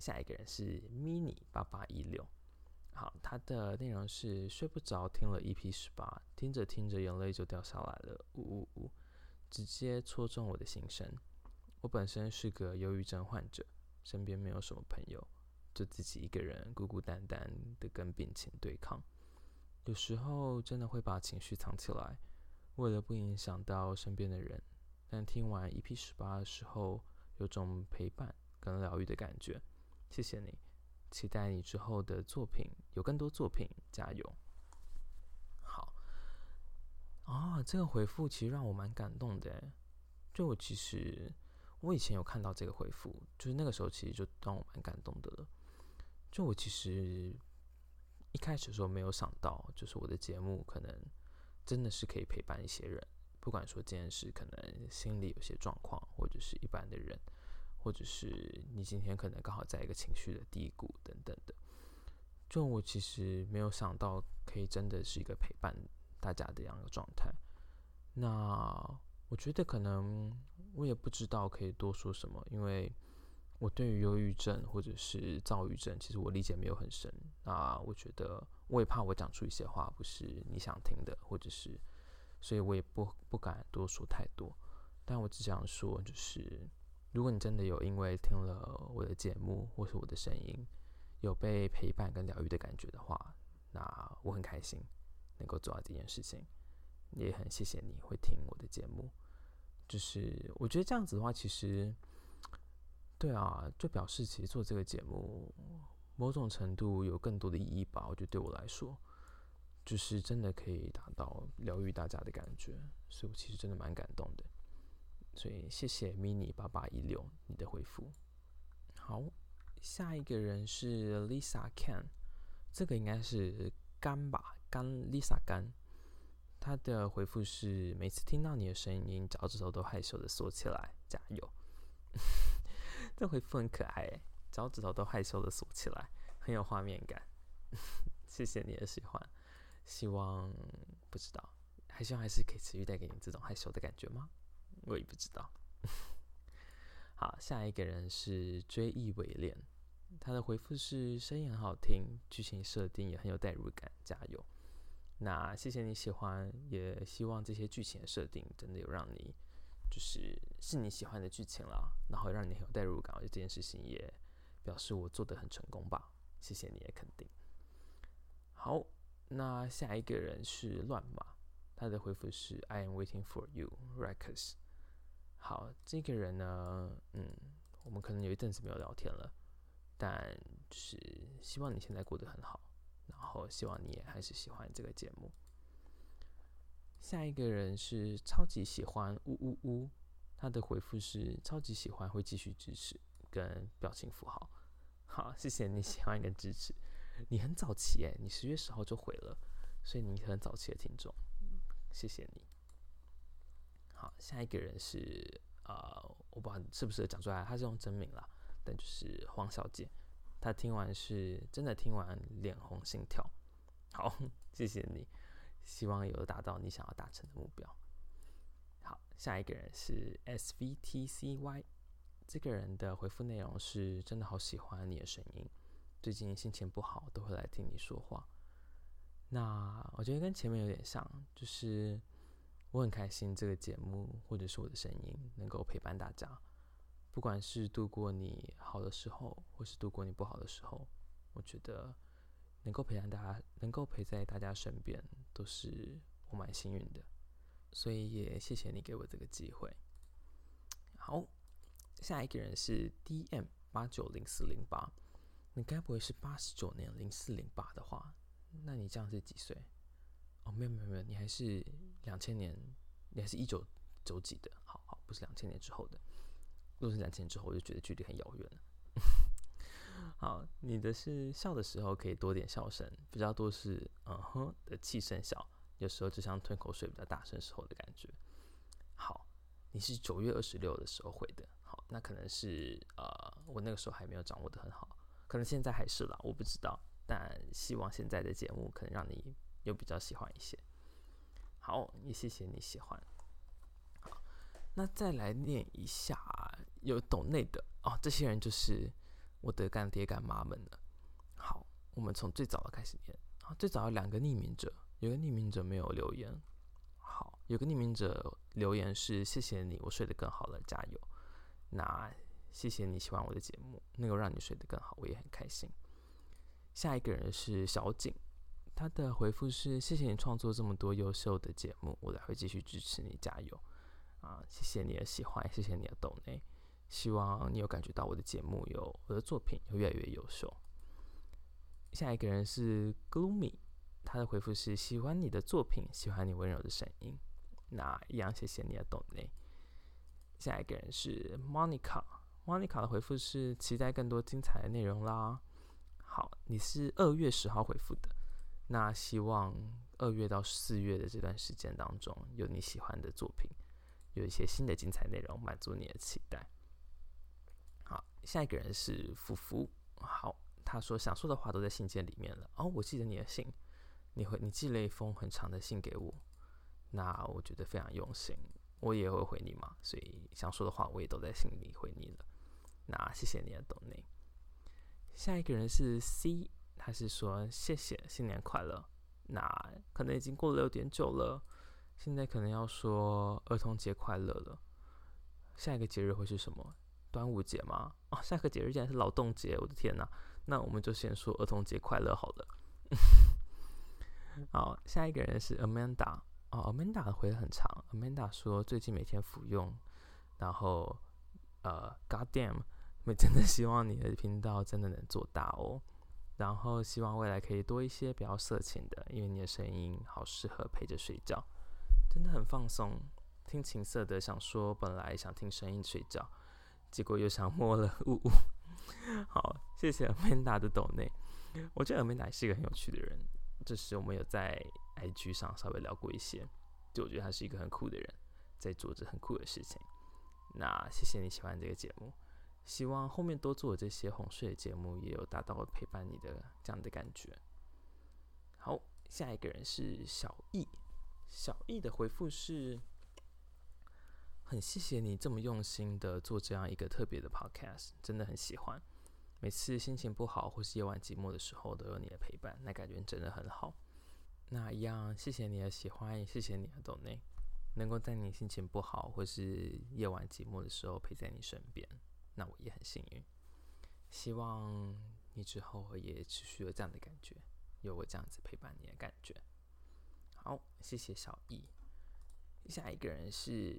下一个人是 mini8816，好，他的内容是睡不着，听了 EP18，听着听着眼泪就掉下来了，呜呜呜，直接戳中我的心声。我本身是个忧郁症患者，身边没有什么朋友，就自己一个人孤孤单单的跟病情对抗。有时候真的会把情绪藏起来，为了不影响到身边的人。但听完 EP18的时候，有种陪伴跟疗愈的感觉。谢谢你，期待你之后的作品，有更多作品，加油。好这个回复其实让我蛮感动的耶。就我以前有看到这个回复，就是那个时候其实就让我蛮感动的了。就我其实一开始的时候没有想到，就是我的节目可能真的是可以陪伴一些人，不管说这件事可能心里有些状况，或者是一般的人，或者是你今天可能刚好在一个情绪的低谷等等的。就我其实没有想到可以真的是一个陪伴大家的样的状态。那我觉得可能我也不知道可以多说什么，因为我对于忧郁症或者是躁郁症，其实我理解没有很深。那我觉得我也怕我讲出一些话不是你想听的，或者是，所以我也不敢多说太多。但我只想说，就是如果你真的有因为听了我的节目或是我的声音，有被陪伴跟疗愈的感觉的话，那我很开心能够做到这件事情，也很谢谢你会听我的节目。就是我觉得这样子的话，其实对啊，就表示其实做这个节目某种程度有更多的意义吧。我觉得对我来说，就是真的可以达到疗愈大家的感觉，所以我其实真的蛮感动的。所以谢谢 mini8816 你的回复。好，下一个人是 Lisa Can， 这个应该是甘吧，Lisa 甘。他的回复是：每次听到你的声音，脚趾头都害羞的缩起来，加油。这回复很可爱耶，脚趾头都害羞的缩起来，很有画面感。谢谢你的喜欢，希望不知道，希望还是可以持续带给你这种害羞的感觉吗？我也不知道。好，下一个人是追忆伪恋，他的回复是：声音很好听，剧情设定也很有代入感，加油。那谢谢你喜欢，也希望这些剧情的设定真的有让你是你喜欢的剧情啦，然后让你很有代入感。我觉得这件事情也表示我做得很成功吧，谢谢你的肯定。好，那下一个人是乱马，他的回复是 I am waiting for you, Rex。好，这个人呢，我们可能有一阵子没有聊天了，但就是希望你现在过得很好，然后希望你也还是喜欢这个节目。下一个人是超级喜欢呜呜呜，他的回复是超级喜欢，会继续支持跟表情符号。好，谢谢你喜欢跟支持。你很早期耶，你10月10号就回了，所以你很早期的听众，谢谢你。好，下一个人是我不知道是不是讲出来，他是用真名啦，但就是黄小姐。她听完是真的听完脸红心跳。好，谢谢你，希望有达到你想要达成的目标。好，下一个人是 SVTCY， 这个人的回复内容是真的好喜欢你的声音，最近心情不好都会来听你说话。那我觉得跟前面有点像，就是我很开心这个节目或者是我的声音能够陪伴大家，不管是度过你好的时候，或是度过你不好的时候，我觉得能够陪在大家身边，都是我蛮幸运的，所以也谢谢你给我这个机会。好，下一个人是 DM890408，你该不会是89年0408的话？那你这样是几岁？哦，没有，你还是2000年，你还是1990几的。好，不是2000年之后的。如果是2000年之后，我就觉得距离很遥远了。好，你的是笑的时候可以多点笑声，比较多是的气声笑，有时候就像吞口水比较大声时候的感觉。好，你是9月26的时候回的。好，那可能是我那个时候还没有掌握得很好，可能现在还是啦，我不知道。但希望现在的节目可能让你有比较喜欢一些。好，也谢谢你喜欢。好，那再来念一下有抖内的哦，这些人就是我的干爹干妈们呢？好，我们从最早的开始念。最早有2个匿名者，有个匿名者没有留言。好，有个匿名者留言是谢谢你，我睡得更好了，加油。那谢谢你喜欢我的节目，能够让你睡得更好，我也很开心。下一个人是小景，他的回复是谢谢你创作这么多优秀的节目，我还会继续支持你，加油谢谢你的喜欢，谢谢你的抖内，希望你有感觉到我的节目我的作品有越来越优秀。下一个人是 Gloomy， 他的回复是喜欢你的作品，喜欢你温柔的声音，那一样谢谢你的抖内。下一个人是 Monica 的回复是期待更多精彩的内容啦。好，你是2月10号回复的，那希望2月到4月的这段时间当中，有你喜欢的作品，有一些新的精彩内容，满足你的期待。好，下一个人是福福，好，他说想说的话都在信件里面了。我记得你的信，你寄了一封很长的信给我，那我觉得非常用心，我也会回你嘛，所以想说的话我也都在信里回你了。那谢谢你的抖内。下一个人是 C， 他是说谢谢，新年快乐。那可能已经过了有点久了，现在可能要说儿童节快乐了。下一个节日会是什么？端午节吗？下个节日竟然是劳动节，我的天哪！那我们就先说儿童节快乐好了。好，下一个人是 Amanda。Amanda 回得很长。Amanda 说最近每天服用，然后God damn， 真的希望你的频道真的能做大哦。然后希望未来可以多一些比较色情的，因为你的声音好适合陪着睡觉，真的很放松。听情色的想说本来想听声音睡觉，结果又想摸了，呜呜。好，谢谢 Amanda 的抖内。我觉得 Amanda 是一个很有趣的人，就是我们有在 IG 上稍微聊过一些，就我觉得他是一个很酷的人，在做着很酷的事情。那谢谢你喜欢这个节目，希望后面多做这些哄睡的节目，也有达到陪伴你的这样的感觉。好，下一个人是小易。小易的回复是很谢谢你这么用心的做这样一个特别的 podcast， 真的很喜欢。每次心情不好或是夜晚寂寞的时候，都有你的陪伴，那感觉真的很好。那一样，谢谢你的喜欢，也谢谢你的抖内，能够在你心情不好或是夜晚寂寞的时候陪在你身边，那我也很幸运。希望你之后也持续有这样的感觉，有我这样子陪伴你的感觉。好，谢谢小易。下一个人是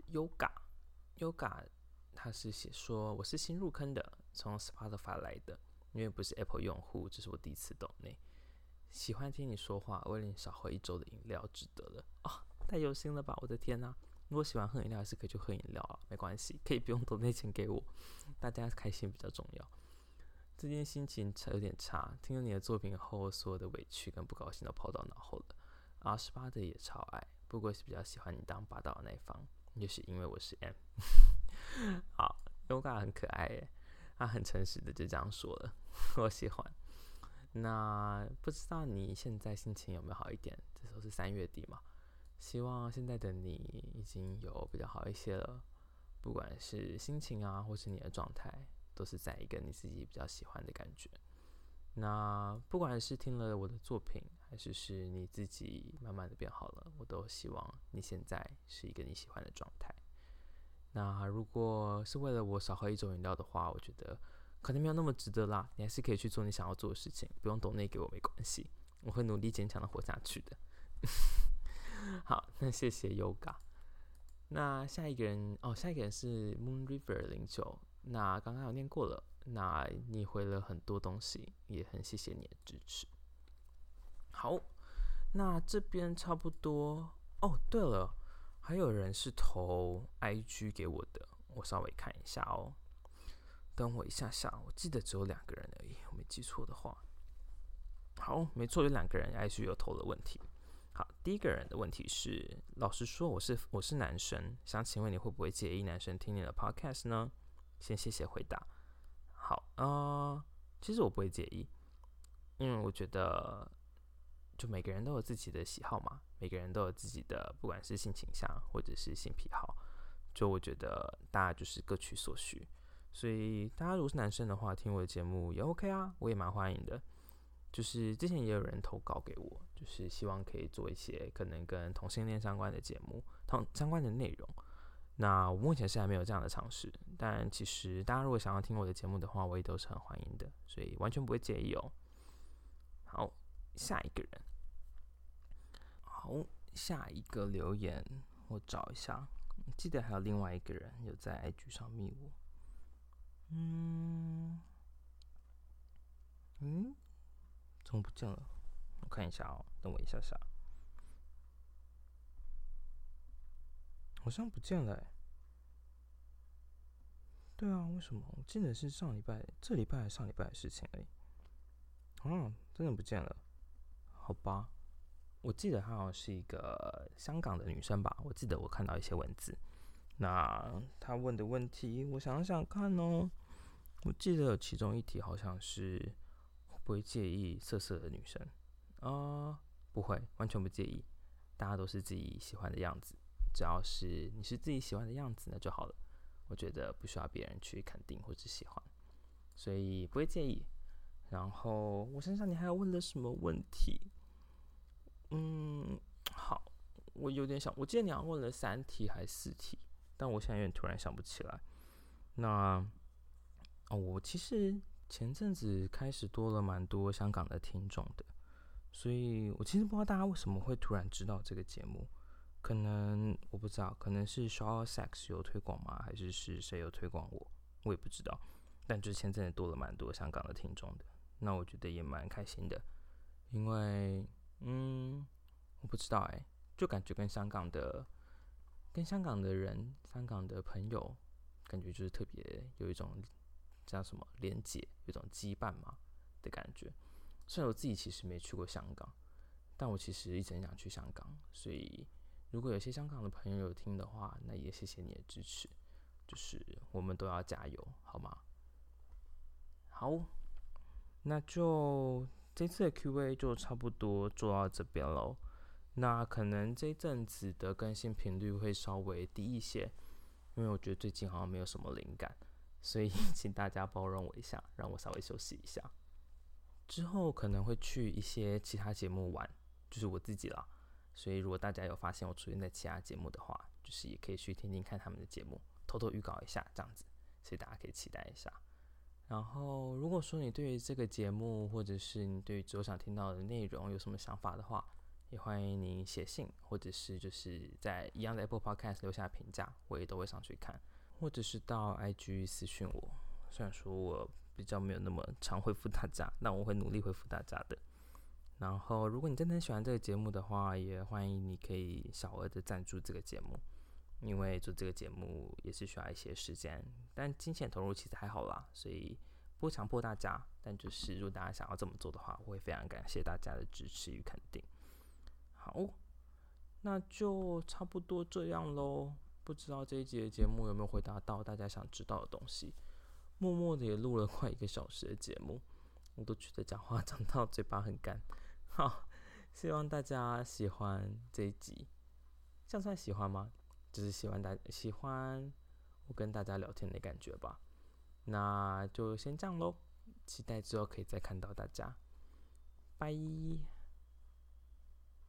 Yoga， 他是写说我是新入坑的，从 Spotify 来的，因为不是 Apple 用户，这是我第一次抖内。喜欢听你说话，为了你少喝1周的饮料，值得了。太有心了吧，我的天哪！如果喜欢喝饮料，还是可以去喝饮料啊，没关系，可以不用抖内钱给我，大家开心比较重要。最近心情有点差，听了你的作品后，所有的委屈跟不高兴都抛到脑后了。R18的也超爱，不过是比较喜欢你当霸道的那一方，也是因为我是 M。好 ，Yoga 很可爱耶，他很诚实的就这样说了，我喜欢。那不知道你现在心情有没有好一点？这时候是3月底嘛，希望现在的你已经有比较好一些了，不管是心情啊，或是你的状态，都是在一个你自己比较喜欢的感觉。那不管是听了我的作品，还是你自己慢慢的变好了，我都希望你现在是一个你喜欢的状态。那如果是为了我少喝1周饮料的话，我觉得可能没有那么值得啦，你还是可以去做你想要做的事情，不用抖内给我没关系，我会努力坚强的活下去的。好，那谢谢 Yoga。那下一个人是 Moon River 09，那刚刚有念过了，那你回了很多东西，也很谢谢你的支持。好，那这边差不多。对了，还有人是投 IG 给我的，我稍微看一下哦。等我一下下，我记得只有2个人而已，我没记错的话。好，没错，有2个人 IG 有投了问题。好，第一个人的问题是，老实说我是男生，想请问你会不会介意男生听你的 podcast 呢？先谢谢回答。好，其实我不会介意，因为我觉得就每个人都有自己的喜好嘛，每个人都有自己的不管是性倾向或者是性癖好，就我觉得大家就是各取所需， 所以大家如果是男生的话，听我的节目也 OK 啊，我也蛮欢迎的。就是之前也有人投稿给我，就是希望可以做一些可能跟同性恋相关的节目，相关的内容。那我目前是还没有这样的尝试，但其实大家如果想要听我的节目的话，我也都是很欢迎的，所以完全不会介意哦。好，下一个人，好，下一个留言我找一下，记得还有另外一个人有在 IG 上密我，怎么不见了？我看一下哦，等我一下下，好像不见了欸。对啊，为什么？我记得是这礼拜还是上礼拜的事情而已。真的不见了。好吧，我记得她好像是一个香港的女生吧，我记得我看到一些文字。那她问的问题，我想想看哦。我记得其中一题好像是会不会介意色色的女生不会，完全不介意，大家都是自己喜欢的样子，只要是你是自己喜欢的样子那就好了。我觉得不需要别人去肯定或者喜欢，所以不会介意。然后我想想，你还有问了什么问题？好，我有点想，我记得你好像问了3题还是4题，但我现在有点突然想不起来。那我其实前阵子开始多了蛮多香港的听众的，所以我其实不知道大家为什么会突然知道这个节目。可能我不知道，可能是 Shaw Sex 有推广吗？还是谁有推广我？我也不知道。但就是前阵子多了蛮多香港的听众的，那我觉得也蛮开心的，因为我不知道就感觉跟香港的人、香港的朋友，感觉就是特别有一种叫什么连结，有一种羁绊嘛的感觉。虽然我自己其实没去过香港，但我其实一直很想去香港，所以如果有些香港的朋友有听的话，那也谢谢你的支持，就是我们都要加油，好吗？好，那就这次的 Q&A 就差不多做到这边喽。那可能这一阵子的更新频率会稍微低一些，因为我觉得最近好像没有什么灵感，所以请大家包容我一下，让我稍微休息一下。之后可能会去一些其他节目玩，就是我自己啦。所以如果大家有发现我出现在其他节目的话，就是也可以去听听看他们的节目，偷偷预告一下这样子，所以大家可以期待一下。然后如果说你对于这个节目，或者是你对于之后想听到的内容有什么想法的话，也欢迎你写信，或者是就是在一样的 Apple Podcast 留下评价，我也都会上去看，或者是到 IG 私讯我。虽然说我比较没有那么常回复大家，但我会努力回复大家的。然后如果你真的很喜欢这个节目的话，也欢迎你可以小额的赞助这个节目，因为做这个节目也是需要一些时间，但金钱投入其实还好啦，所以不强迫大家。但就是如果大家想要这么做的话，我会非常感谢大家的支持与肯定。好，那就差不多这样咯。不知道这一集的节目有没有回答到大家想知道的东西？默默的也录了快1个小时的节目，我都觉得讲话讲到嘴巴很干。好，希望大家喜欢这一集，这样算喜欢吗？就是喜欢我跟大家聊天的感觉吧。那就先这样咯，期待之后可以再看到大家，拜。